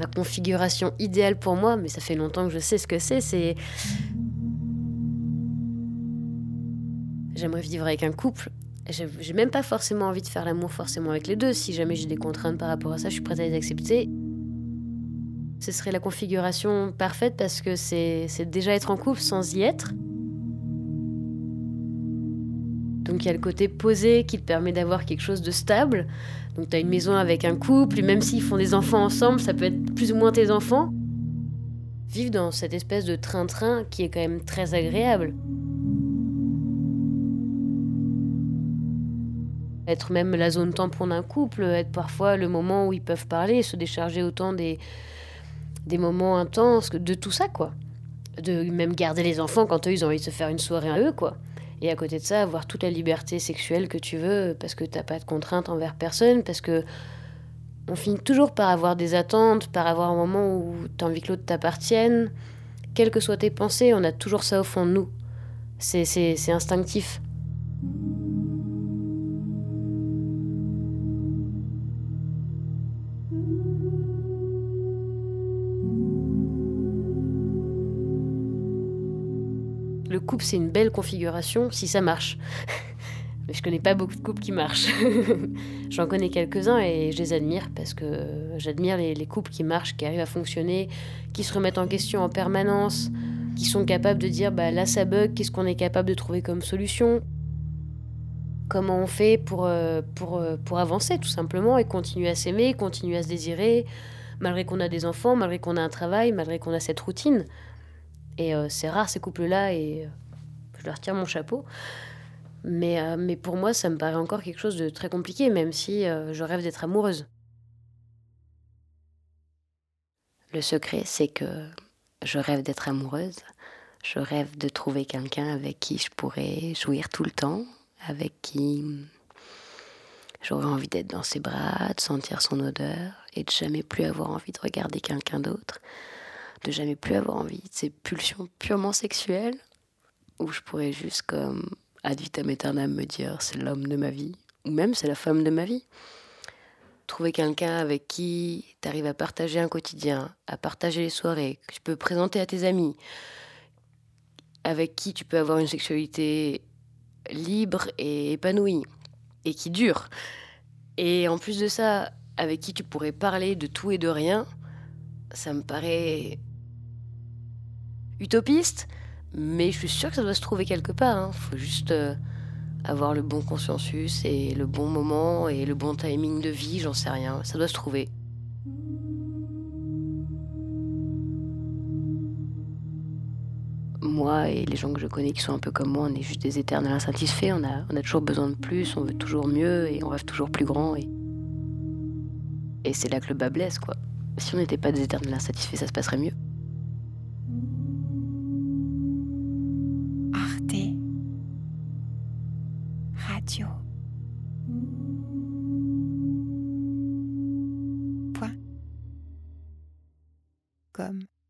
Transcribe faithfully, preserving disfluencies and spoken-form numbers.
ma configuration idéale pour moi, mais ça fait longtemps que je sais ce que c'est, c'est... J'aimerais vivre avec un couple. J'ai, j'ai même pas forcément envie de faire l'amour forcément avec les deux. Si jamais j'ai des contraintes par rapport à ça, je suis prête à les accepter. Ce serait la configuration parfaite parce que c'est, c'est déjà être en couple sans y être. Donc il y a le côté posé qui te permet d'avoir quelque chose de stable. Donc tu as une maison avec un couple, et même s'ils font des enfants ensemble, ça peut être plus ou moins tes enfants. Vivre dans cette espèce de train-train qui est quand même très agréable. Être même la zone tampon d'un couple, être parfois le moment où ils peuvent parler, se décharger autant des, des moments intenses, que de tout ça, quoi. De même garder les enfants quand eux, ils ont envie de se faire une soirée à eux, quoi. Et à côté de ça, avoir toute la liberté sexuelle que tu veux, parce que t'as pas de contraintes envers personne, parce que on finit toujours par avoir des attentes, par avoir un moment où t'as envie que l'autre t'appartienne. Quelles que soient tes pensées, on a toujours ça au fond de nous. C'est, c'est, c'est instinctif. Le couple, c'est une belle configuration si ça marche. Mais je connais pas beaucoup de couples qui marchent. J'en connais quelques-uns et je les admire parce que j'admire les, les couples qui marchent, qui arrivent à fonctionner, qui se remettent en question en permanence, qui sont capables de dire bah là ça bug, qu'est-ce qu'on est capable de trouver comme solution, comment on fait pour, euh, pour, euh, pour avancer tout simplement et continuer à s'aimer, continuer à se désirer, malgré qu'on a des enfants, malgré qu'on a un travail, malgré qu'on a cette routine. Et euh, c'est rare ces couples-là et euh, je leur tire mon chapeau. Mais, euh, mais pour moi, ça me paraît encore quelque chose de très compliqué, même si euh, je rêve d'être amoureuse. Le secret, c'est que je rêve d'être amoureuse. Je rêve de trouver quelqu'un avec qui je pourrais jouir tout le temps, avec qui j'aurais envie d'être dans ses bras, de sentir son odeur et de jamais plus avoir envie de regarder quelqu'un d'autre, de jamais plus avoir envie de ces pulsions purement sexuelles, où je pourrais juste comme ad vitam aeternam me dire c'est l'homme de ma vie, ou même c'est la femme de ma vie. Trouver quelqu'un avec qui tu arrives à partager un quotidien, à partager les soirées, que tu peux présenter à tes amis, avec qui tu peux avoir une sexualité libre et épanouie, et qui dure. Et en plus de ça, avec qui tu pourrais parler de tout et de rien, ça me paraît utopiste, mais je suis sûre que ça doit se trouver quelque part. Hein. Faut juste euh, avoir le bon consensus et le bon moment et le bon timing de vie, j'en sais rien. Ça doit se trouver. Moi et les gens que je connais qui sont un peu comme moi, on est juste des éternels insatisfaits. On a, on a toujours besoin de plus, on veut toujours mieux et on rêve toujours plus grand. Et, et c'est là que le bas blesse, quoi. Si on n'était pas des éternels insatisfaits, ça se passerait mieux. Arte Radio. Point. Com.